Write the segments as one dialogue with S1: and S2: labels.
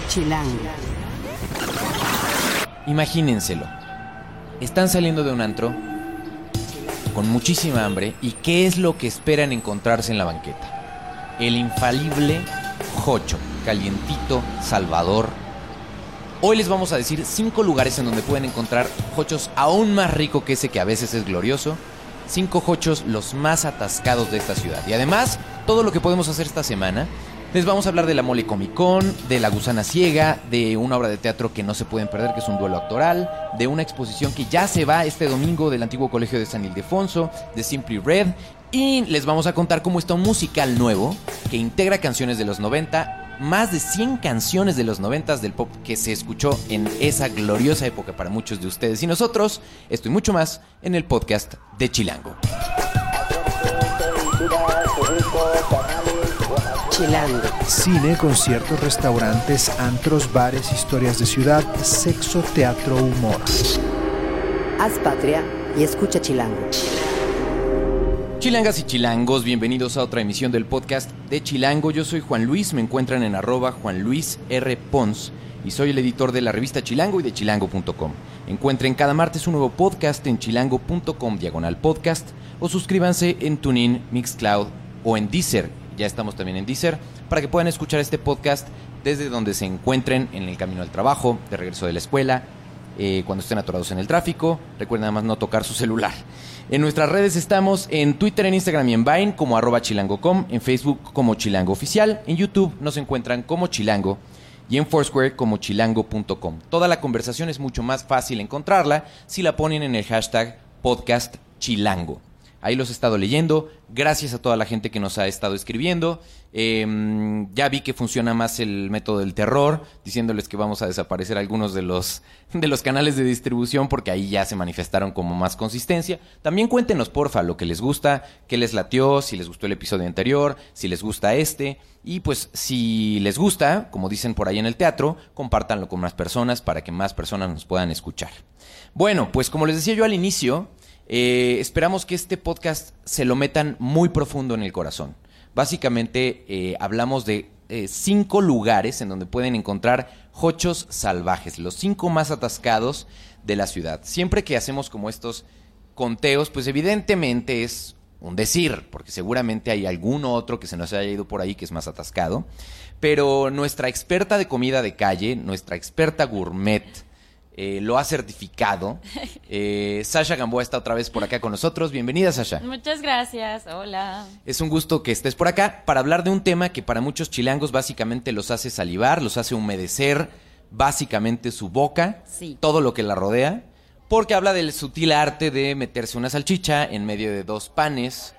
S1: Chilango.
S2: Imagínenselo. Están saliendo de un antro con muchísima hambre y ¿qué es lo que esperan encontrarse en la banqueta? El infalible jocho, calientito, salvador. Hoy les vamos a decir 5 lugares en donde pueden encontrar jochos aún más rico que ese que a veces es glorioso. 5 jochos los más atascados de esta ciudad. Y además, todo lo que podemos hacer esta semana. Les vamos a hablar de la Mole Comic Con, de La Gusana Ciega, de una obra de teatro que no se pueden perder, que es un duelo actoral, de una exposición que ya se va este domingo del antiguo colegio de San Ildefonso, de Simply Red, y les vamos a contar cómo está un musical nuevo que integra canciones de los 90, más de 100 canciones de los 90 del pop que se escuchó en esa gloriosa época para muchos de ustedes y nosotros. Esto y mucho más en el podcast de Chilango.
S1: Chilango.
S3: Cine, conciertos, restaurantes, antros, bares, historias de ciudad, sexo, teatro, humor.
S1: Haz patria y escucha Chilango.
S2: Chilangas y chilangos, bienvenidos a otra emisión del podcast de Chilango. Yo soy Juan Luis, me encuentran en @JuanLuisRPons y soy el editor de la revista Chilango y de chilango.com. Encuentren cada martes un nuevo podcast en chilango.com/podcast o suscríbanse en TuneIn, Mixcloud o en Deezer. Ya estamos también en Deezer para que puedan escuchar este podcast desde donde se encuentren, en el camino al trabajo, de regreso de la escuela, cuando estén atorados en el tráfico. Recuerden además no tocar su celular. En nuestras redes estamos en Twitter, en Instagram y en Vine como @chilango.com, en Facebook como Chilango Oficial, en YouTube nos encuentran como Chilango y en Foursquare como chilango.com. Toda la conversación es mucho más fácil encontrarla si la ponen en el hashtag podcast Chilango. Ahí los he estado leyendo, gracias a toda la gente que nos ha estado escribiendo. Ya vi que funciona más el método del terror, diciéndoles que vamos a desaparecer algunos de los canales de distribución porque ahí ya se manifestaron como más consistencia. También cuéntenos, porfa, lo que les gusta, qué les latió, si les gustó el episodio anterior, si les gusta este. Y pues si les gusta, como dicen por ahí en el teatro, compártanlo con más personas para que más personas nos puedan escuchar. Bueno, pues como les decía yo al inicio, esperamos que este podcast se lo metan muy profundo en el corazón. Básicamente hablamos de 5 lugares en donde pueden encontrar jochos salvajes, los 5 más atascados de la ciudad. Siempre que hacemos como estos conteos, pues evidentemente es un decir, porque seguramente hay alguno otro que se nos haya ido por ahí que es más atascado. Pero nuestra experta de comida de calle, nuestra experta gourmet, lo ha certificado. Sasha Gamboa está otra vez por acá con nosotros. Bienvenida, Sasha.
S4: Muchas gracias, hola.
S2: Es un gusto que estés por acá para hablar de un tema que para muchos chilangos básicamente los hace salivar, los hace humedecer básicamente su boca,
S4: sí,
S2: todo lo que la rodea, porque habla del sutil arte de meterse una salchicha en medio de 2 panes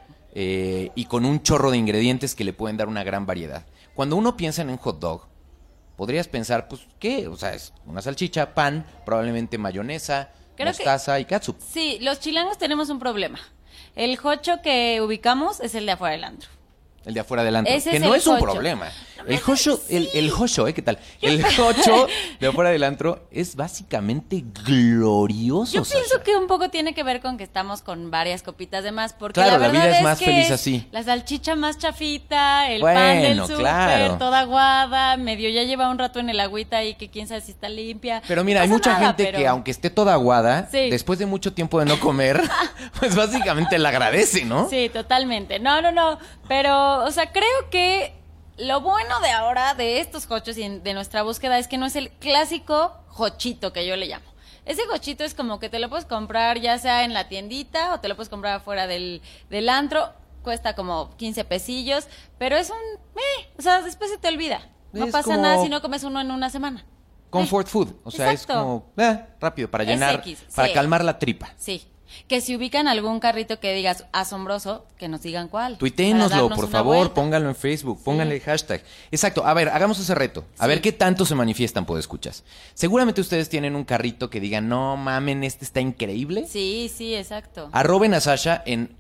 S2: y con un chorro de ingredientes que le pueden dar una gran variedad. Cuando uno piensa en un hot dog, podrías pensar, pues, ¿qué? O sea, es una salchicha, pan, probablemente mayonesa, mostaza y catsup.
S4: Sí, los chilangos tenemos un problema. El jocho que ubicamos es el de afuera del antro.
S2: El de afuera del antro,
S4: Ese
S2: que
S4: es
S2: no
S4: el
S2: es un
S4: jocho.
S2: problema.
S4: No
S2: El jocho,
S4: sí.
S2: el jocho, ¿qué tal? El jocho de afuera del antro es básicamente glorioso.
S4: Yo pienso
S2: Sasha.
S4: que un poco tiene que ver con que estamos con varias copitas de más, porque
S2: Claro,
S4: la
S2: la
S4: verdad
S2: vida es más
S4: que
S2: feliz así.
S4: La salchicha más chafita, el
S2: Bueno,
S4: pan del súper,
S2: claro.
S4: toda aguada, medio ya lleva un rato en el agüita y que quién sabe si está limpia.
S2: Pero mira,
S4: No
S2: hay
S4: pasa
S2: mucha
S4: nada,
S2: gente
S4: pero-
S2: que aunque esté toda aguada,
S4: Sí.
S2: después de mucho tiempo de no comer, pues básicamente la agradece, ¿no?
S4: Sí, totalmente. No. Pero, o sea, creo que lo bueno de ahora, de estos jochos y de nuestra búsqueda, es que no es el clásico jochito que yo le llamo. Ese jochito es como que te lo puedes comprar ya sea en la tiendita o te lo puedes comprar afuera del antro. Cuesta como 15 pesillos, pero es o sea, después se te olvida. No
S2: Es
S4: pasa
S2: como
S4: nada si no comes uno en una semana.
S2: Comfort food, o sea,
S4: Exacto.
S2: es como rápido para
S4: Es
S2: llenar,
S4: X,
S2: para
S4: sí.
S2: calmar la tripa.
S4: Sí. Que si ubican algún carrito que digas asombroso, que nos digan cuál.
S2: Tuitéenoslo,
S4: para darnos
S2: por
S4: una
S2: favor,
S4: vuelta.
S2: pónganlo en Facebook, pónganle el hashtag. Exacto, a ver, hagamos ese reto. A ver qué tanto se manifiestan, podescuchas. Seguramente ustedes tienen un carrito que digan, no mamen, este está increíble.
S4: Sí, exacto.
S2: Arroben a Sasha en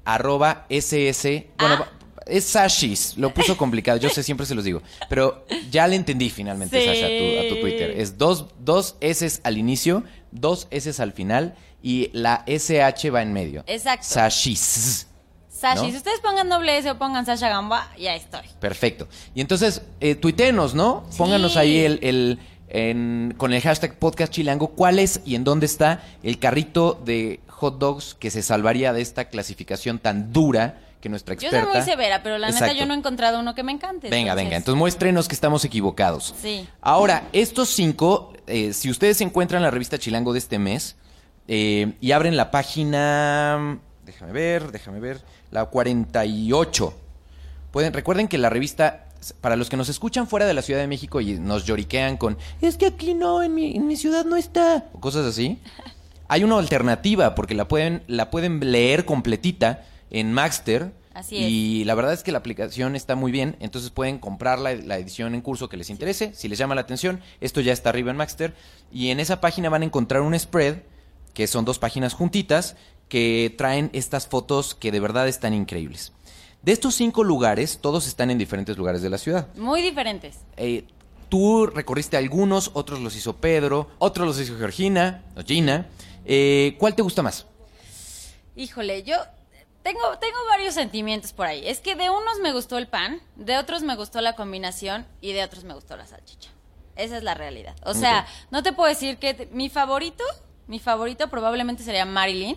S2: @ss. Bueno, es Sashis, lo puso complicado, yo sé, siempre se los digo. Pero ya le entendí finalmente,
S4: Sí.
S2: Sasha, a tu Twitter. Es dos S al inicio, 2 S al final y la SH va en medio.
S4: Exacto.
S2: Sashis.
S4: Sashi,
S2: ¿no?
S4: si ustedes pongan doble S o pongan Sasha Gamboa, ya estoy.
S2: Perfecto. Y entonces, tuitéenos, ¿no?
S4: Sí.
S2: Pónganos ahí con el hashtag Podcast Chilango cuál es y en dónde está el carrito de hot dogs que se salvaría de esta clasificación tan dura que nuestra experta...
S4: Yo soy muy severa, pero la neta yo no he encontrado uno que me encante.
S2: Venga, entonces muéstrenos que estamos equivocados.
S4: Sí.
S2: Ahora, estos 5, si ustedes encuentran la revista Chilango de este mes y abren la página... Déjame ver, la 48. Recuerden que la revista... Para los que nos escuchan fuera de la Ciudad de México y nos lloriquean con es que aquí no, en mi ciudad no está, o cosas así, hay una alternativa porque la pueden leer completita en Maxter.
S4: Así es.
S2: Y la verdad es que la aplicación está muy bien, entonces pueden comprar la edición en curso que les interese, si les llama la atención. Esto ya está arriba en Maxter y en esa página van a encontrar un spread, que son 2 páginas juntitas, que traen estas fotos que de verdad están increíbles. De estos 5 lugares, todos están en diferentes lugares de la ciudad.
S4: Muy diferentes.
S2: Tú recorriste algunos, otros los hizo Pedro, otros los hizo Georgina o Gina. ¿Cuál te gusta más?
S4: Híjole, yo tengo varios sentimientos por ahí. Es que de unos me gustó el pan, de otros me gustó la combinación y de otros me gustó la salchicha. Esa es la realidad. O sea, no te puedo decir que mi favorito probablemente sería Marilyn.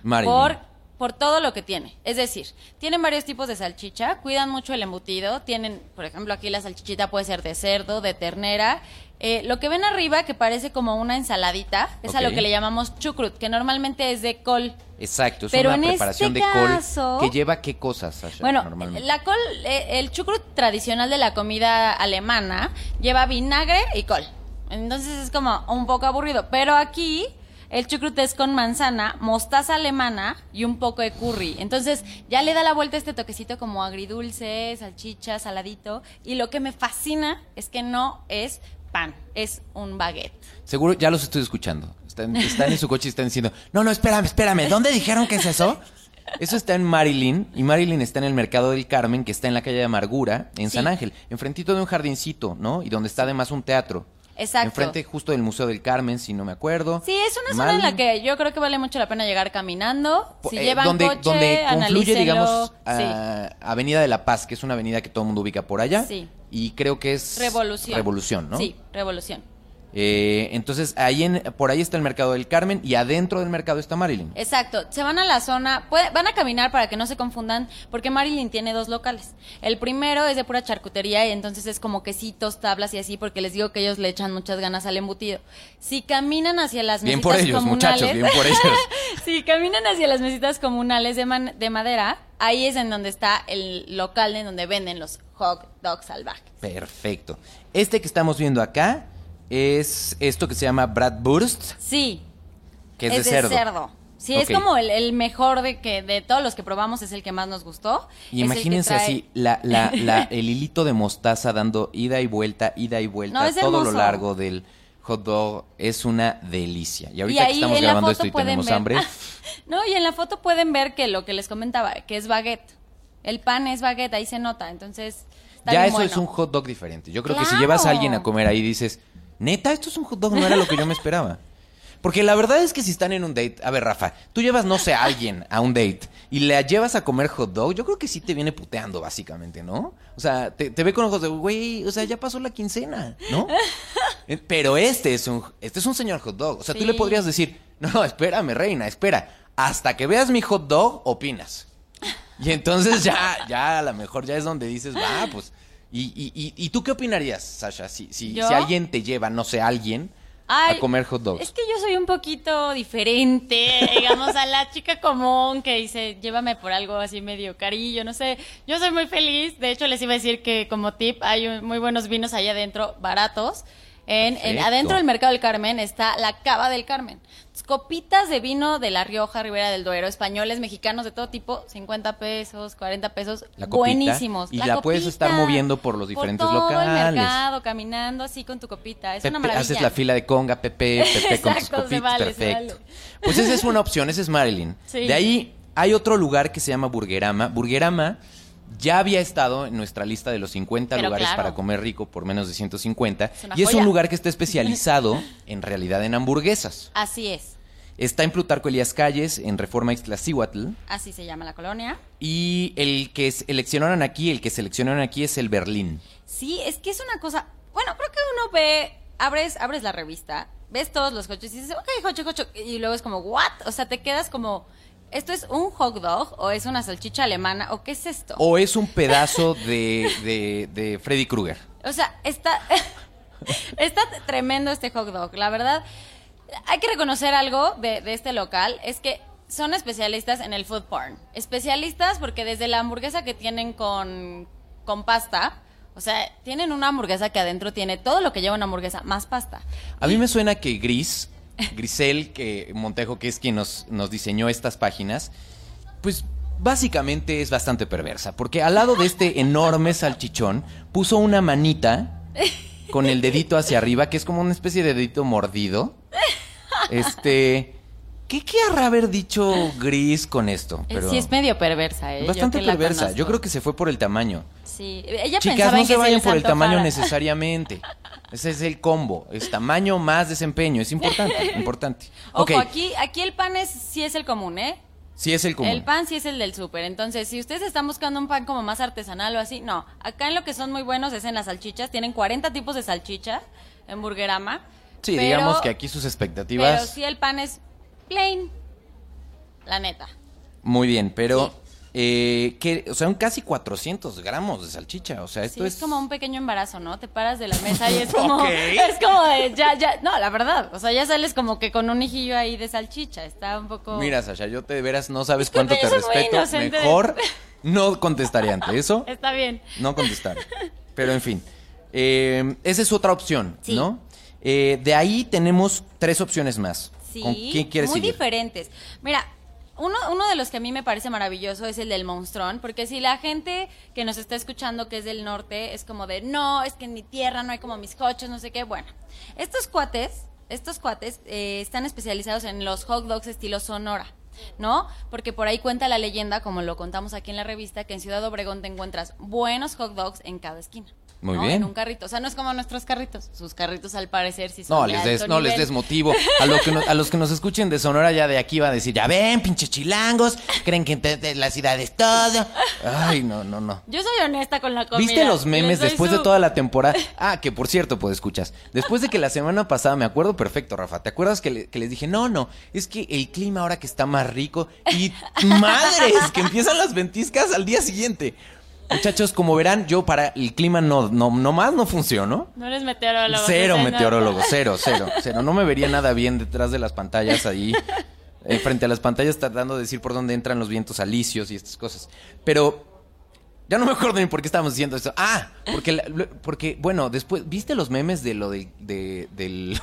S4: Por todo lo que tiene. Es decir, tienen varios tipos de salchicha, cuidan mucho el embutido, tienen, por ejemplo, aquí la salchichita puede ser de cerdo, de ternera. Lo que ven arriba, que parece como una ensaladita, es a lo que le llamamos chucrut, que normalmente es de col.
S2: Exacto, es
S4: pero
S2: una preparación de
S4: caso,
S2: col que lleva ¿qué cosas, Sasha?
S4: Bueno, la col, el chucrut tradicional de la comida alemana lleva vinagre y col. Entonces es como un poco aburrido, pero aquí... El chucrut es con manzana, mostaza alemana y un poco de curry. Entonces ya le da la vuelta este toquecito como agridulce, salchicha, saladito. Y lo que me fascina es que no es pan, es un baguette.
S2: Seguro ya los estoy escuchando. Están en su coche y están diciendo, no, espérame, ¿dónde dijeron que es eso? Eso está en Marilyn, y Marilyn está en el Mercado del Carmen, que está en la calle de Amargura, en San Ángel, enfrentito de un jardincito, ¿no? Y donde está además un teatro.
S4: Exacto.
S2: Enfrente justo del Museo del Carmen, si no me acuerdo.
S4: Sí, es una zona en la que yo creo que vale mucho la pena llegar caminando. Si llevan coche,
S2: donde confluye, digamos,
S4: sí.
S2: Avenida de la Paz, que es una avenida que todo el mundo ubica por allá.
S4: Sí.
S2: Y creo que es... Revolución, ¿no?
S4: Sí, Revolución.
S2: Entonces, por ahí está el Mercado del Carmen y adentro del mercado está Marilyn.
S4: Exacto, se van a la zona, van a caminar para que no se confundan, porque Marilyn tiene 2 locales. El primero es de pura charcutería y entonces es como quesitos, tablas y así, porque les digo que ellos le echan muchas ganas al embutido. Si caminan hacia las mesitas comunales...
S2: Bien por ellos, muchachos, bien por ellos.
S4: Si caminan hacia las mesitas comunales de madera, ahí es en donde está el local en donde venden los hot dogs salvajes.
S2: Perfecto. Este que estamos viendo acá... es esto que se llama Bratwurst.
S4: Sí.
S2: Que es de cerdo.
S4: Sí, okay. Es como el mejor de todos los que probamos, es el que más nos gustó.
S2: Y imagínense así, el hilito de mostaza dando ida y vuelta todo lo largo del hot dog. Es una delicia. Y ahorita que estamos grabando esto y tenemos hambre.
S4: No, y en la foto pueden ver que lo que les comentaba, que es baguette. El pan es baguette, ahí se nota, entonces...
S2: Ya eso es un hot dog diferente. Yo creo que si llevas a alguien a comer ahí dices... Neta, esto es un hot dog, no era lo que yo me esperaba. Porque la verdad es que si están en un date... A ver, Rafa, tú llevas, no sé, a alguien a un date y le llevas a comer hot dog, yo creo que sí te viene puteando, básicamente, ¿no? O sea, te ve con ojos de, güey, o sea, ya pasó la quincena, ¿no? Pero este es un señor hot dog. O sea, tú le podrías decir, no, espérame, reina, espera. Hasta que veas mi hot dog, opinas. Y entonces ya a lo mejor ya es donde dices, va, pues... ¿Y tú qué opinarías, Sasha, si alguien te lleva, no sé, alguien a comer hot dogs?
S4: Es que yo soy un poquito diferente, digamos, a la chica común que dice, llévame por algo así medio carillo, no sé. Yo soy muy feliz, de hecho les iba a decir que como tip hay muy buenos vinos allá adentro, baratos. Adentro del Mercado del Carmen está la Cava del Carmen. Copitas de vino de La Rioja, Ribera del Duero, españoles, mexicanos, de todo tipo, 50 pesos, 40 pesos,
S2: la copita,
S4: buenísimos.
S2: Y la puedes estar moviendo por los diferentes locales.
S4: Por todo el mercado, caminando así con tu copita, es una maravilla.
S2: Haces la fila de conga, Pepe con tus copitas, perfecto. Pues esa es una opción, esa es Marilyn. Sí. De ahí hay otro lugar que se llama Burgerama. Burgerama ya había estado en nuestra lista de los 50 lugares para comer rico por menos de 150. Es un lugar que está especializado en realidad en hamburguesas.
S4: Así es.
S2: Está en Plutarco Elías Calles, en Reforma Ixtlaxíhuatl.
S4: Así se llama la colonia.
S2: Y el que seleccionaron aquí es el Berlín.
S4: Sí, es que es una cosa... Bueno, creo que uno ve abres la revista, ves todos los hot dogs y dices, ok, hot dog, y luego es como, ¿what? O sea, te quedas como, ¿esto es un hot dog o es una salchicha alemana o qué es esto?
S2: O es un pedazo de Freddy Krueger.
S4: O sea, está tremendo este hot dog. La verdad, hay que reconocer algo de este local, es que son especialistas en el food porn. Especialistas porque desde la hamburguesa que tienen con pasta, o sea, tienen una hamburguesa que adentro tiene todo lo que lleva una hamburguesa, más pasta.
S2: A mí me suena que Grisel Montejo, que es quien nos diseñó estas páginas, pues básicamente es bastante perversa, porque al lado de este enorme salchichón puso una manita con el dedito hacia arriba, que es como una especie de dedito mordido. ¿Qué querrá haber dicho Gris con esto?
S4: Pero sí, es medio perversa, ¿eh?
S2: Bastante perversa. Yo creo que se fue por el tamaño.
S4: Sí, ella
S2: Chicas,
S4: pensaba
S2: no
S4: en
S2: se
S4: que
S2: vayan
S4: les
S2: por el tamaño
S4: antojara.
S2: necesariamente. Ese es el combo. Es tamaño más desempeño. Es importante.
S4: Ojo,
S2: Ok,
S4: aquí el pan sí es el común, ¿eh?
S2: sí es el común.
S4: El pan sí es el del súper. Entonces, si ustedes están buscando un pan como más artesanal o así, no. Acá en lo que son muy buenos es en las salchichas. Tienen 40 tipos de salchicha en Burgerama.
S2: Sí,
S4: pero-
S2: digamos que aquí sus expectativas...
S4: Pero sí el pan es plain. La neta.
S2: Muy bien, pero... o sea, son casi 400 gramos de salchicha. O sea, esto
S4: Sí, es como un pequeño embarazo, ¿no? Te paras de la mesa y es como...
S2: Ok.
S4: Es como de ya... No, la verdad. O sea, ya sales como que con un hijillo ahí de salchicha. Está un poco...
S2: Mira, Sasha, yo de veras no sabes cuánto te
S4: yo soy muy
S2: respeto.
S4: inocente.
S2: Mejor no contestaré ante eso.
S4: Está bien.
S2: No contestar. Pero en fin. Esa es otra opción,
S4: Sí.
S2: ¿no? De ahí tenemos 3 opciones más.
S4: Sí,
S2: ¿Con quién quieres
S4: muy
S2: seguir?
S4: diferentes. Mira, uno de los que a mí me parece maravilloso es el del Monstrón, porque si la gente que nos está escuchando que es del norte es como de, no, es que en mi tierra no hay como mis cochos, no sé qué. Bueno, estos cuates están especializados en los hot dogs estilo Sonora, ¿no? Porque por ahí cuenta la leyenda, como lo contamos aquí en la revista, que en Ciudad Obregón te encuentras buenos hot dogs en cada esquina.
S2: Muy
S4: ¿no?
S2: bien.
S4: En un carrito. O sea, no es como nuestros carritos. Sus carritos, al parecer, sí son
S2: No,
S4: de
S2: les
S4: alto nivel.
S2: des motivo. A los que nos escuchen de Sonora ya de aquí va a decir, ya ven, pinches chilangos, creen que la ciudad es todo. Ay, no.
S4: Yo soy honesta con la comida.
S2: ¿Viste los memes
S4: Les doy
S2: después de toda la temporada? Ah, que por cierto, pues escuchas. Después de que la semana pasada, me acuerdo perfecto, Rafa, ¿te acuerdas que les dije, no, es que el clima ahora que está más rico y madres, que empiezan las ventiscas al día siguiente? Muchachos, como verán, yo para el clima no más no funciono.
S4: No eres meteorólogo.
S2: Cero
S4: se
S2: meteorólogo,
S4: nota.
S2: cero. No me vería nada bien detrás de las pantallas ahí, frente a las pantallas tratando de decir por dónde entran los vientos alisios y estas cosas. Pero ya no me acuerdo ni por qué estábamos diciendo esto. Ah, porque bueno, después, ¿viste los memes de lo del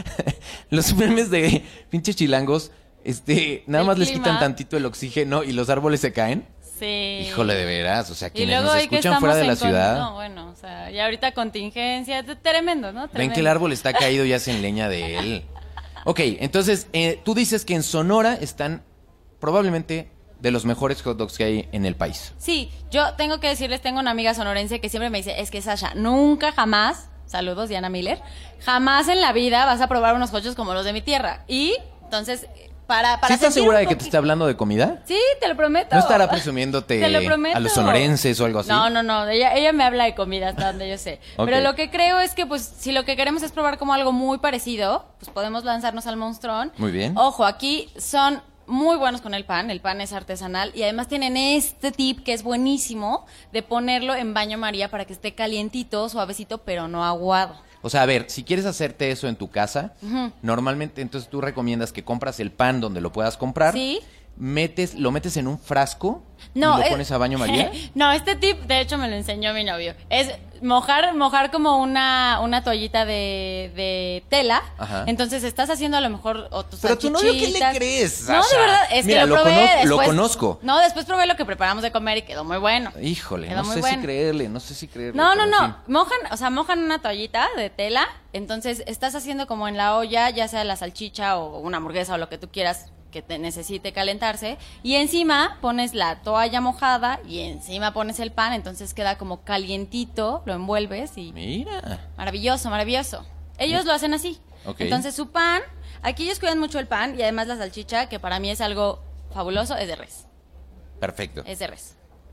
S2: los memes de pinches chilangos? Nada
S4: ¿El
S2: más les
S4: clima?
S2: quitan tantito el oxígeno y los árboles se caen.
S4: Sí.
S2: Híjole, de veras, o sea,
S4: Y
S2: quienes
S4: luego
S2: nos
S4: hoy que
S2: escuchan fuera de la
S4: estamos
S2: ciudad,
S4: No, bueno, o sea, y ahorita contingencia, tremendo, ¿no?
S2: ven
S4: Tremendo.
S2: que el árbol está caído y hacen leña de él. Ok, entonces, tú dices que en Sonora están probablemente de los mejores hot dogs que hay en el país.
S4: Sí, yo tengo que decirles, tengo una amiga sonorense que siempre me dice, es que Sasha, nunca jamás, saludos Diana Miller, jamás en la vida vas a probar unos hochos como los de mi tierra. Y, entonces, para
S2: ¿Sí estás
S4: sentir
S2: segura
S4: un
S2: de que te
S4: poqui-
S2: está hablando de comida?
S4: Sí, te lo prometo.
S2: ¿No estará presumiéndote
S4: Te lo prometo.
S2: a los sonorenses o algo así?
S4: No, ella me habla de comida hasta donde yo sé.
S2: Ok.
S4: Pero lo que creo es que, pues, si lo que queremos es probar como algo muy parecido, pues podemos lanzarnos al Monstrón.
S2: Muy bien.
S4: Ojo, aquí son muy buenos con el pan es artesanal y además tienen este tip que es buenísimo de ponerlo en baño María para que esté calientito, suavecito, pero no aguado.
S2: O sea, a ver, si quieres hacerte eso en tu casa, normalmente entonces tú recomiendas que compras el pan donde lo puedas comprar.
S4: Sí.
S2: Lo metes en un frasco
S4: No,
S2: y lo pones a baño María.
S4: No, este tip de hecho me lo enseñó mi novio. Es mojar como una toallita de tela.
S2: Ajá.
S4: Entonces estás haciendo a lo mejor o tus
S2: Pero a tu novio, ¿qué le
S4: salchichitas.
S2: crees,
S4: No,
S2: Sasha?
S4: de verdad, es
S2: Mira,
S4: que lo
S2: lo
S4: probé
S2: conozco- lo
S4: después.
S2: conozco.
S4: No, después probé lo que preparamos de comer y quedó muy bueno.
S2: Híjole,
S4: Quedó
S2: no
S4: muy
S2: sé
S4: bueno.
S2: si creerle.
S4: No,
S2: pero en fin.
S4: mojan una toallita de tela, entonces estás haciendo como en la olla, ya sea la salchicha o una hamburguesa o lo que tú quieras que te necesite calentarse, y encima pones la toalla mojada y encima pones el pan, entonces queda como calientito, lo envuelves y
S2: Mira.
S4: maravilloso. Ellos lo hacen así.
S2: Ok.
S4: Entonces su pan, aquí ellos cuidan mucho el pan y además la salchicha, que para mí es algo fabuloso, es de res.
S2: Perfecto.
S4: Es de res.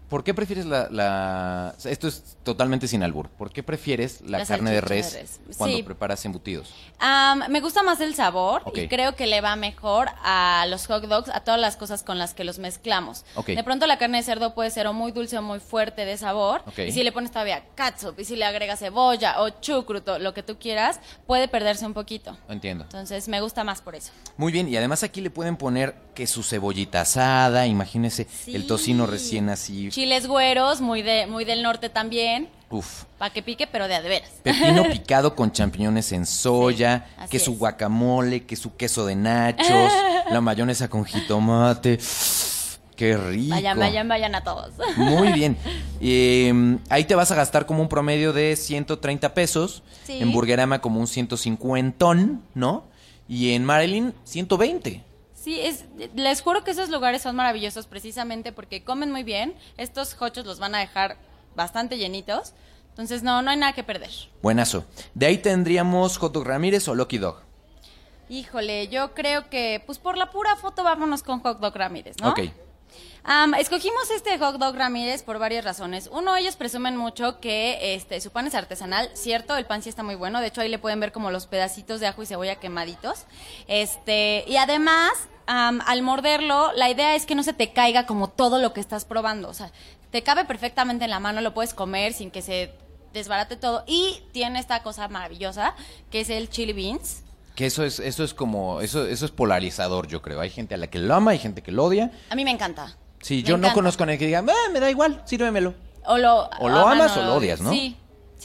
S2: ¿Por qué prefieres esto es totalmente sin albur. ¿Por qué prefieres la carne de res cuando preparas embutidos?
S4: Me gusta más el sabor
S2: Okay.
S4: y creo que le va mejor a los hot dogs, a todas las cosas con las que los mezclamos.
S2: Okay.
S4: De pronto la carne de cerdo puede ser o muy dulce o muy fuerte de sabor.
S2: Okay.
S4: Y si le pones todavía catsup y si le agregas cebolla o chucrut, lo que tú quieras, puede perderse un poquito.
S2: Entiendo.
S4: Entonces me gusta más por eso.
S2: Muy bien, y además aquí le pueden poner que su cebollita asada, imagínense
S4: Sí.
S2: el tocino recién así.
S4: Chiles güeros, muy del norte también.
S2: Uf.
S4: Para que pique, pero de a veras.
S2: Pepino picado con champiñones en soya,
S4: Sí, así
S2: que su
S4: es.
S2: guacamole, que su queso de nachos, la mayonesa con jitomate. ¡Qué rico!
S4: Vayan a todos.
S2: Muy bien. Ahí te vas a gastar como un promedio de 130 pesos.
S4: Sí.
S2: En Burgerama como un 150, ¿no? Y en Marilyn, 120.
S4: Sí, les juro que esos lugares son maravillosos precisamente porque comen muy bien. Estos hochos los van a dejar bastante llenitos. Entonces no hay nada que perder.
S2: Buenazo. De ahí tendríamos Hot Dog Ramírez o Lucky Dog.
S4: Híjole, yo creo que pues por la pura foto vámonos con Hot Dog Ramírez, ¿no?
S2: Ok.
S4: Escogimos este Hot Dog Ramírez por varias razones. Uno, ellos presumen mucho que su pan es artesanal, cierto, el pan sí está muy bueno. De hecho, ahí le pueden ver como los pedacitos de ajo y cebolla quemaditos. Y además, al morderlo, la idea es que no se te caiga como todo lo que estás probando. O sea, te cabe perfectamente en la mano, lo puedes comer sin que se desbarate todo. Y tiene esta cosa maravillosa, que es el chili beans.
S2: Que eso es polarizador, yo creo. Hay gente a la que lo ama, hay gente que lo odia.
S4: A mí me encanta.
S2: Sí,
S4: Me
S2: yo no
S4: encanta.
S2: conozco a nadie que diga, me da igual, sírvemelo.
S4: O lo
S2: amas o lo odias, ¿no?
S4: Sí.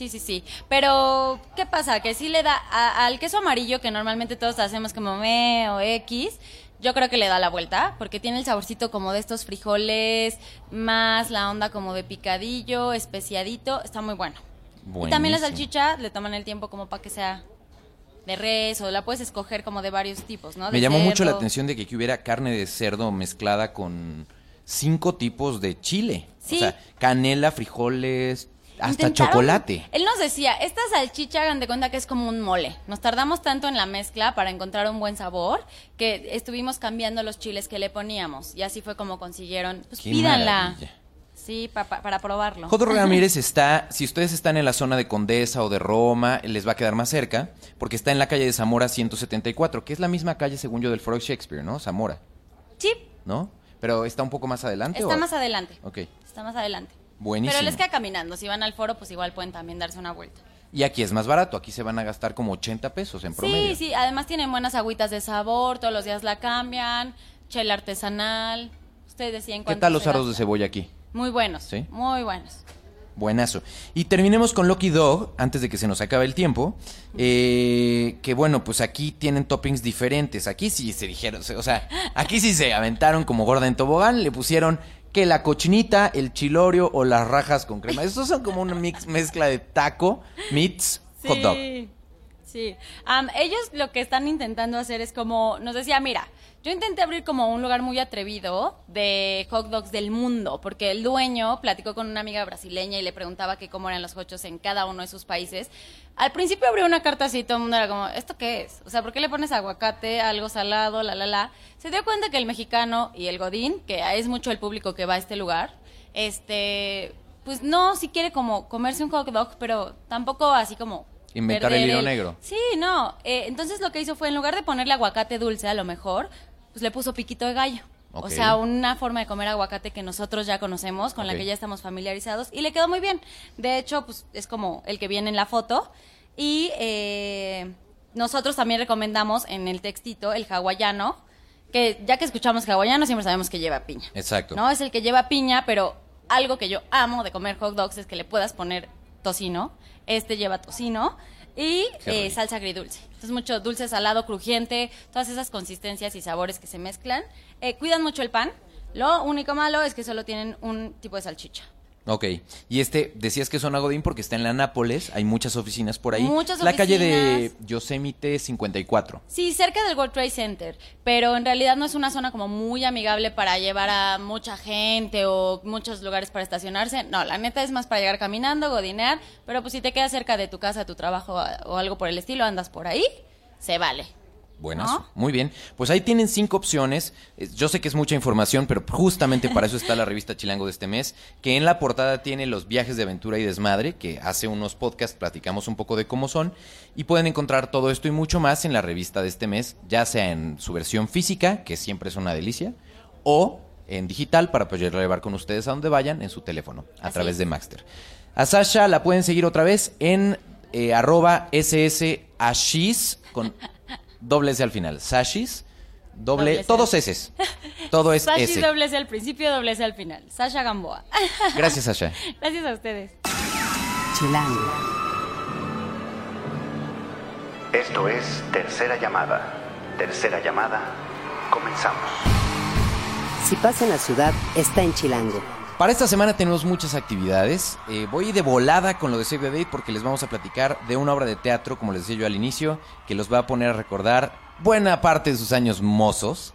S4: Pero, ¿qué pasa? Que sí le da al queso amarillo, que normalmente todos hacemos como me o X, yo creo que le da la vuelta, porque tiene el saborcito como de estos frijoles, más la onda como de picadillo, especiadito, está muy bueno. Y también la
S2: Buenísimo.
S4: salchicha le toman el tiempo como para que sea de res, o la puedes escoger como de varios tipos, ¿no?
S2: Me
S4: De
S2: llamó mucho la
S4: cerdo.
S2: atención de que aquí hubiera carne de cerdo mezclada con 5 tipos de chile.
S4: Sí.
S2: O sea, canela, frijoles, hasta
S4: Intentaron-
S2: chocolate.
S4: Él nos decía, esta salchicha, hagan de cuenta que es como un mole. Nos tardamos tanto en la mezcla para encontrar un buen sabor que estuvimos cambiando los chiles que le poníamos. Y así fue como consiguieron. Pues
S2: Qué
S4: pídanla.
S2: maravilla.
S4: Sí, para probarlo.
S2: Hot Dog Ramírez está, si ustedes están en la zona de Condesa o de Roma, les va a quedar más cerca, porque está en la calle de Zamora 174, que es la misma calle, según yo, del Foro Shakespeare, ¿no? Zamora,
S4: Sí,
S2: ¿no? Pero está un poco más adelante.
S4: está
S2: ¿o?
S4: más adelante.
S2: Ok,
S4: Está más adelante.
S2: buenísimo.
S4: Pero les queda caminando. Si van al foro, pues igual pueden también darse una vuelta.
S2: Y aquí es más barato, aquí se van a gastar como 80 pesos en promedio.
S4: Sí. Además tienen buenas agüitas de sabor. Todos los días la cambian. Chela artesanal. Ustedes decían
S2: ¿Qué
S4: cuánto
S2: tal los
S4: se
S2: arroz de
S4: gasta.
S2: cebolla aquí?
S4: Muy buenos.
S2: ¿Sí?
S4: Muy buenos.
S2: Buenazo. Y terminemos con Lucky Dog, antes de que se nos acabe el tiempo. Que bueno, pues aquí tienen toppings diferentes. Aquí sí se dijeron, o sea, aquí sí se aventaron como gorda en tobogán. Le pusieron que la cochinita, el chilorio o las rajas con crema. Estos son como una mezcla de taco, meats, hot dog.
S4: Sí. Ellos lo que están intentando hacer es como, nos decía, mira, yo intenté abrir como un lugar muy atrevido de hot dogs del mundo, porque el dueño platicó con una amiga brasileña y le preguntaba que cómo eran los hochos en cada uno de sus países. Al principio abrió una carta así, todo el mundo era como, ¿esto qué es? O sea, ¿por qué le pones aguacate, algo salado, la? Se dio cuenta que el mexicano y el godín, que es mucho el público que va a este lugar, pues no, si quiere como comerse un hot dog, pero tampoco así como
S2: Inventar el hilo negro.
S4: Sí, no. Entonces lo que hizo fue, en lugar de ponerle aguacate dulce, a lo mejor, pues le puso piquito de gallo.
S2: Ok.
S4: O sea, una forma de comer aguacate que nosotros ya conocemos, con la
S2: Ok.
S4: que ya estamos familiarizados, y le quedó muy bien. De hecho, pues es como el que viene en la foto. Y nosotros también recomendamos en el textito el hawaiano, que ya que escuchamos hawaiano siempre sabemos que lleva piña.
S2: Exacto.
S4: ¿No? Es el que lleva piña, pero algo que yo amo de comer hot dogs es que le puedas poner tocino. Este lleva tocino y
S2: Qué rico.
S4: salsa agridulce. Entonces mucho dulce, salado, crujiente, todas esas consistencias y sabores que se mezclan. Cuidan mucho el pan. Lo único malo es que solo tienen un tipo de salchicha.
S2: Ok. Y decías que son a Godín porque está en la Nápoles, hay muchas oficinas por ahí.
S4: Muchas
S2: La calle de
S4: oficinas.
S2: Yosemite 54.
S4: Sí, cerca del World Trade Center, pero en realidad no es una zona como muy amigable para llevar a mucha gente o muchos lugares para estacionarse. No, la neta es más para llegar caminando, godinear, pero pues si te quedas cerca de tu casa, tu trabajo o algo por el estilo, andas por ahí, se vale.
S2: Buenazo.
S4: ¿No?
S2: Muy bien. Pues ahí tienen 5 opciones. Yo sé que es mucha información, pero justamente para eso está la revista Chilango de este mes, que en la portada tiene los viajes de aventura y desmadre, que hace unos podcasts platicamos un poco de cómo son, y pueden encontrar todo esto y mucho más en la revista de este mes, ya sea en su versión física, que siempre es una delicia, o en digital para poderla llevar con ustedes a donde vayan en su teléfono, a través de Maxter. A Sasha la pueden seguir otra vez en @ssashis con doble S al final. Sashis,
S4: Doble S.
S2: todos S. Todo es
S4: Sashi
S2: S.
S4: doble S al principio, doble S al final. Sasha Gamboa.
S2: Gracias, Sasha.
S4: Gracias a ustedes.
S1: Chilango.
S5: Esto es Tercera Llamada. Tercera Llamada, comenzamos.
S1: Si pasa en la ciudad, está en Chilango.
S2: Para esta semana tenemos muchas actividades. Voy de volada con lo de Save the Date porque les vamos a platicar de una obra de teatro, como les decía yo al inicio, que los va a poner a recordar buena parte de sus años mozos.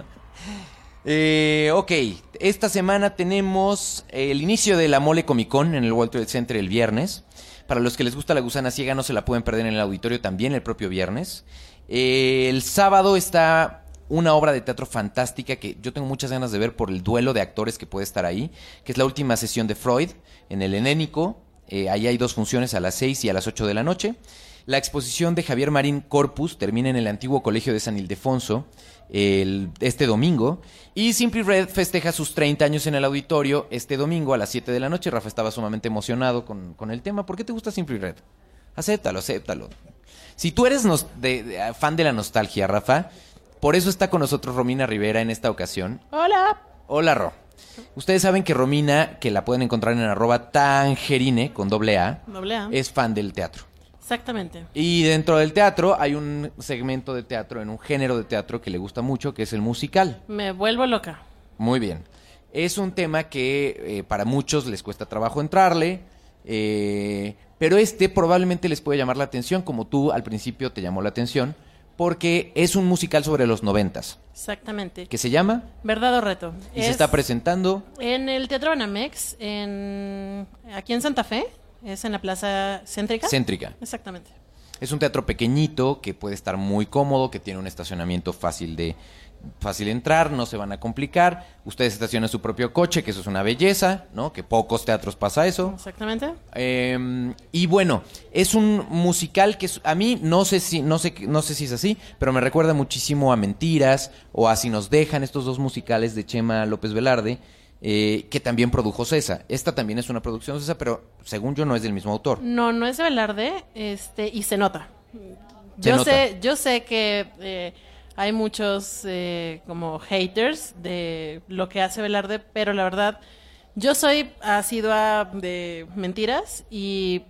S2: Ok, esta semana tenemos el inicio de la Mole Comic Con en el World Trade Center el viernes. Para los que les gusta La Gusana Ciega no se la pueden perder en el auditorio también el propio viernes. El sábado está una obra de teatro fantástica que yo tengo muchas ganas de ver por el duelo de actores que puede estar ahí, que es la última sesión de Freud en el Helénico. Ahí hay 2 funciones, a las 6 y a las 8 de la noche. La exposición de Javier Marín Corpus termina en el antiguo colegio de San Ildefonso este domingo. Y Simply Red festeja sus 30 años en el auditorio este domingo a las 7 de la noche. Rafa estaba sumamente emocionado con el tema. ¿Por qué te gusta Simply Red? Acéptalo. Si tú eres fan de la nostalgia, Rafa, por eso está con nosotros Romina Rivera en esta ocasión.
S6: Hola.
S2: Hola, Ro. Ustedes saben que Romina, que la pueden encontrar en @tangerine con doble A, es fan del teatro.
S6: Exactamente.
S2: Y dentro del teatro hay un segmento de teatro, en un género de teatro que le gusta mucho, que es el musical.
S6: Me vuelvo loca.
S2: Muy bien. Es un tema que para muchos les cuesta trabajo entrarle, pero probablemente les puede llamar la atención, como tú al principio te llamó la atención, porque es un musical sobre los 90s.
S6: Exactamente.
S2: ¿Qué se llama?
S6: Verdad o reto.
S2: Y se está presentando
S6: en el Teatro Banamex, aquí en Santa Fe. Es en la Plaza Céntrica.
S2: Céntrica.
S6: Exactamente.
S2: Es un teatro pequeñito que puede estar muy cómodo, que tiene un estacionamiento fácil de entrar, no se van a complicar. Ustedes estacionan su propio coche, que eso es una belleza, ¿no? Que pocos teatros pasa eso.
S6: Exactamente.
S2: Y bueno, es un musical que a mí no sé si es así, pero me recuerda muchísimo a Mentiras o a Si nos dejan, estos 2 musicales de Chema López Velarde, que también produjo Cesa. Esta también es una producción de Cesa, pero según yo no es del mismo autor.
S6: No es de Velarde, y se nota. Yo sé que hay muchos como haters de lo que hace Velarde, pero la verdad, yo soy asidua de Mentiras y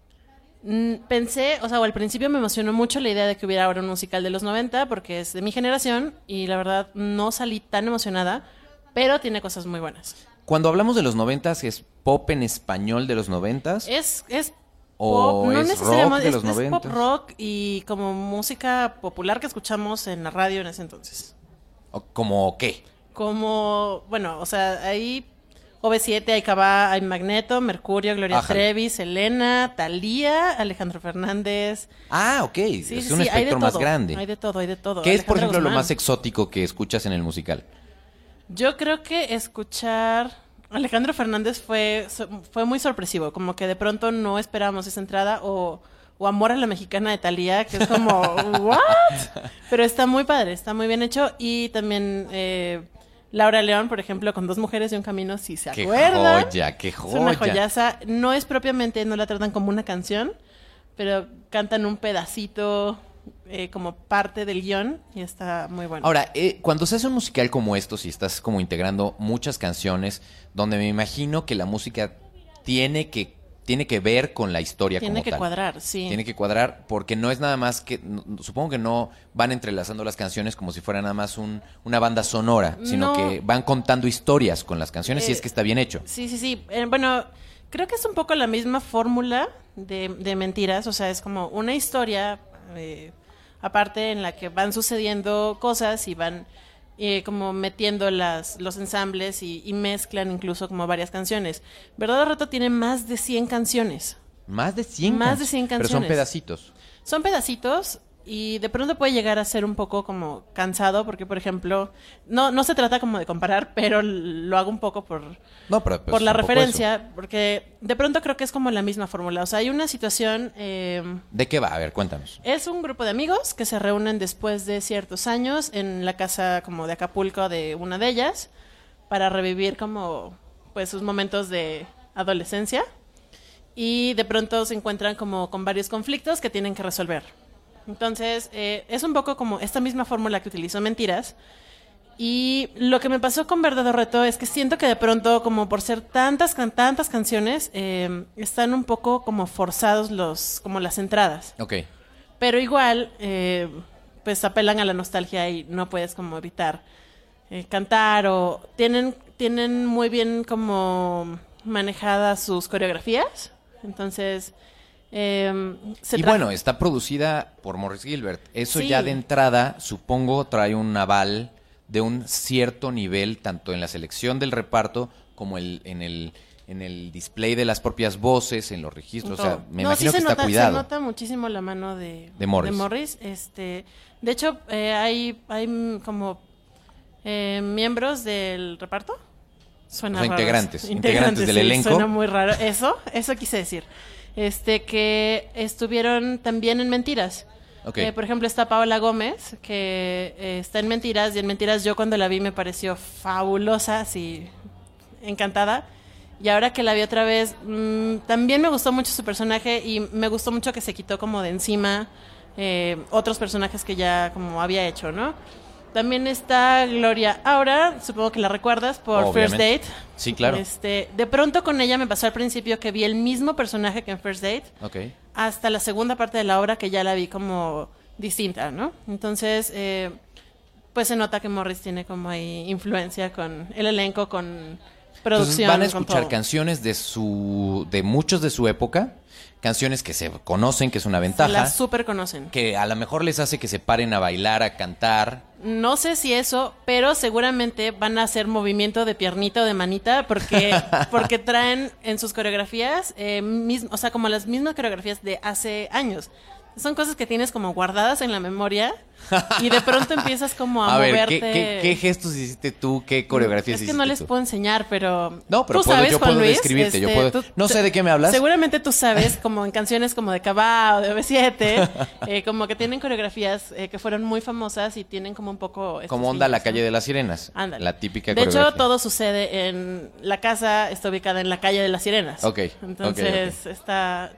S6: pensé, o al principio me emocionó mucho la idea de que hubiera ahora un musical de los 90, porque es de mi generación, y la verdad no salí tan emocionada, pero tiene cosas muy buenas.
S2: Cuando hablamos de los 90s, ¿es pop en español de los 90s?
S6: Es
S2: ¿O
S6: pop, no
S2: es
S6: necesariamente,
S2: rock de los 90s?
S6: Es pop rock y como música popular que escuchamos en la radio en ese entonces.
S2: ¿Cómo qué?
S6: Como, bueno, hay OV7, hay Cabá, hay Magneto, Mercurio, Gloria Trevi, Selena, Thalía, Alejandro Fernández.
S2: Ah, ok.
S6: Sí,
S2: es un espectro más grande.
S6: Hay de todo.
S2: ¿Qué es, por
S6: Alejandra
S2: ejemplo, lo
S6: Guzmán.
S2: más exótico que escuchas en el musical?
S6: Yo creo que escuchar Alejandro Fernández fue muy sorpresivo, como que de pronto no esperábamos esa entrada, o Amor a la Mexicana de Thalía, que es como, ¿what? Pero está muy padre, está muy bien hecho, y también Laura León, por ejemplo, con 2 mujeres y un camino, si se acuerdan.
S2: ¡Qué joya!
S6: Es una joyaza, no la tratan como una canción, pero cantan un pedacito como parte del guión y está muy bueno.
S2: Ahora, cuando se hace un musical como estos y estás como integrando muchas canciones, donde me imagino que la música tiene que ver con la historia como tal.
S6: Tiene que cuadrar, sí.
S2: Tiene que cuadrar porque no es nada más que... Supongo que no van entrelazando las canciones como si fuera nada más una banda sonora, sino que van contando historias con las canciones y es que está bien hecho.
S6: Sí. Bueno, creo que es un poco la misma fórmula de Mentiras, es como una historia aparte en la que van sucediendo cosas y van como metiendo los ensambles y mezclan incluso como varias canciones. Verdad o Reto tiene más de 100 canciones.
S2: ¿Más de 100?
S6: Más de 100 canciones.
S2: Pero son pedacitos.
S6: Son pedacitos y de pronto puede llegar a ser un poco como cansado, porque por ejemplo, no se trata como de comparar, pero lo hago un poco por la referencia, porque de pronto creo que es como la misma fórmula. O sea, hay una situación...
S2: ¿De qué va? A ver, cuéntanos.
S6: Es un grupo de amigos que se reúnen después de ciertos años en la casa como de Acapulco de una de ellas para revivir como pues sus momentos de adolescencia. Y de pronto se encuentran como con varios conflictos que tienen que resolver. Entonces, es un poco como esta misma fórmula que utilizó Mentiras. Y lo que me pasó con Verdad o Reto es que siento que de pronto, como por ser tantas canciones, están un poco como forzados como las entradas.
S2: Ok.
S6: Pero igual, pues apelan a la nostalgia y no puedes como evitar cantar, o tienen muy bien como manejadas sus coreografías. Entonces,
S2: bueno, está producida por Morris Gilbert. Eso
S6: Sí.
S2: ya de entrada, supongo, trae un aval de un cierto nivel, tanto en la selección del reparto como en el display de las propias voces, en los registros. O sea, me imagino que está cuidado.
S6: Se nota muchísimo la mano de
S2: Morris.
S6: De hecho, hay como miembros del reparto. Suena
S2: O sea,
S6: raro.
S2: integrantes del
S6: sí,
S2: elenco.
S6: Suena muy raro. Eso quise decir. Que estuvieron también en Mentiras.
S2: Okay.
S6: Por ejemplo, está Paola Gómez, que está en Mentiras, y en Mentiras yo cuando la vi me pareció fabulosa, así, encantada. Y ahora que la vi otra vez, también me gustó mucho su personaje, y me gustó mucho que se quitó como de encima otros personajes que ya como había hecho, ¿no? También está Gloria Aura, supongo que la recuerdas por
S2: Obviamente.
S6: First Date.
S2: Sí, claro.
S6: De pronto con ella me pasó al principio que vi el mismo personaje que en First Date.
S2: Ok.
S6: Hasta la segunda parte de la obra que ya la vi como distinta, ¿no? Entonces, pues se nota que Morris tiene como ahí influencia con el elenco, con producción.
S2: Entonces van a
S6: con
S2: escuchar
S6: todo.
S2: canciones de muchos de su época, canciones que se conocen, que es una ventaja.
S6: Se las súper conocen.
S2: Que a lo mejor les hace que se paren a bailar, a cantar.
S6: No sé si eso, pero seguramente van a hacer movimiento de piernita o de manita porque traen en sus coreografías, o sea, como las mismas coreografías de hace años. Son cosas que tienes como guardadas en la memoria y de pronto empiezas como a moverte.
S2: Ver, ¿qué gestos hiciste tú? ¿Qué coreografías hiciste
S6: Es que no les
S2: tú?
S6: puedo enseñar, pero...
S2: No, pero
S6: tú sabes,
S2: yo
S6: Juan
S2: puedo
S6: Luis,
S2: describirte. No sé de qué me hablas.
S6: Seguramente tú sabes, como en canciones como de Cabá o de OV7, como que tienen coreografías que fueron muy famosas y tienen como un poco...
S2: Como onda La Calle de las Sirenas.
S6: Ándale.
S2: La típica
S6: De
S2: coreografía.
S6: hecho, todo sucede en... La casa está ubicada en la Calle de las Sirenas.
S2: Ok.
S6: Entonces, está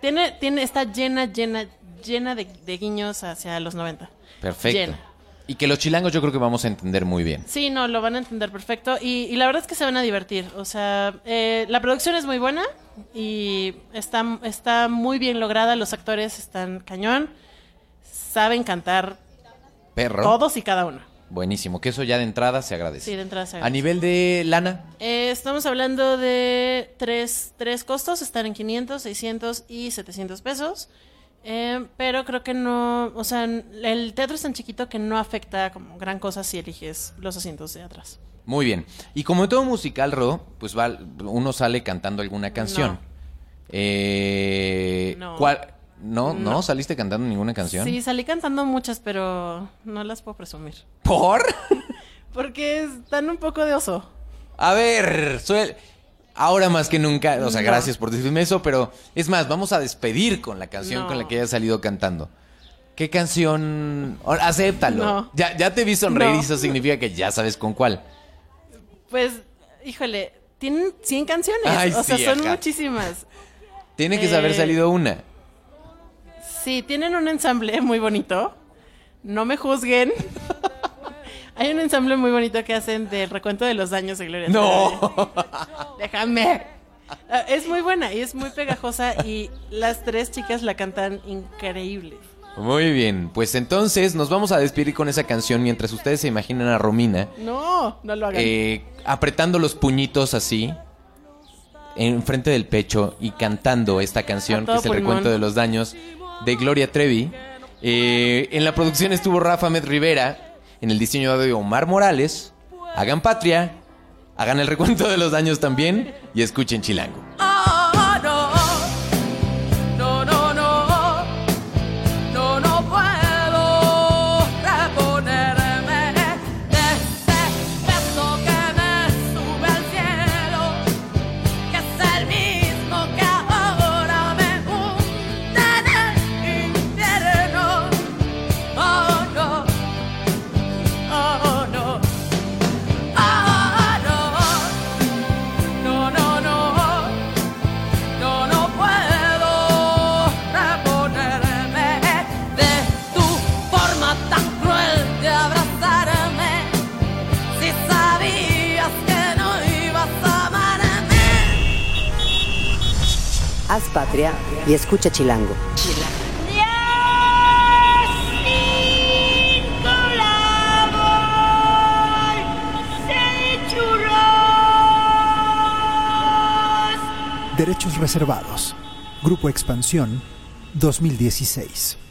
S6: llena de guiños hacia los 90.
S2: Perfecto.
S6: Llena.
S2: Y que los chilangos yo creo que vamos a entender muy bien.
S6: Sí, no, lo van a entender perfecto. Y la verdad es que se van a divertir. O sea, la producción es muy buena y está muy bien lograda. Los actores están cañón. Saben cantar
S2: Perro.
S6: todos y cada uno.
S2: Buenísimo. Que eso ya de entrada se agradece.
S6: Sí, de entrada se
S2: A
S6: agradece.
S2: nivel de lana.
S6: Estamos hablando de tres costos. Están en 500, 600 y 700 pesos. Pero creo que no, o sea, el teatro es tan chiquito que no afecta como gran cosa si eliges los asientos de atrás.
S2: Muy bien. Y como en todo musical, Ro, pues uno sale cantando alguna canción.
S6: No.
S2: ¿Cuál? ¿No? ¿Saliste cantando ninguna canción?
S6: Sí, salí cantando muchas, pero no las puedo presumir.
S2: ¿Por?
S6: Porque están un poco de oso.
S2: A ver, ahora más que nunca, o sea,
S6: No.
S2: gracias por decirme eso, pero es más, vamos a despedir con la canción
S6: No.
S2: con la que hayas salido cantando. ¿Qué canción? Acéptalo.
S6: No.
S2: Ya te vi sonreír
S6: No.
S2: y eso significa que ya sabes con cuál.
S6: Pues, híjole, tienen 100 canciones.
S2: Ay,
S6: o sea,
S2: sí,
S6: son
S2: ajá.
S6: muchísimas.
S2: Tiene que haber salido una.
S6: Sí, tienen un ensamble muy bonito. No me juzguen. Hay un ensamble muy bonito que hacen del recuento de los daños de Gloria Trevi.
S2: ¡No!
S6: Déjame. Es muy buena y es muy pegajosa y las tres chicas la cantan increíble.
S2: Muy bien, pues entonces nos vamos a despedir con esa canción mientras ustedes se imaginan a Romina
S6: No lo hagan.
S2: apretando los puñitos así enfrente del pecho y cantando esta canción
S6: A
S2: que
S6: todo
S2: es el
S6: pulmón.
S2: recuento de los daños de Gloria Trevi. En la producción estuvo Rafa Med Rivera, en el diseño de audio Omar Morales. Hagan patria, hagan el recuento de los daños también y escuchen Chilango.
S7: No puedo
S1: Haz patria y escucha Chilango.
S3: Derechos reservados. Grupo Expansión 2016.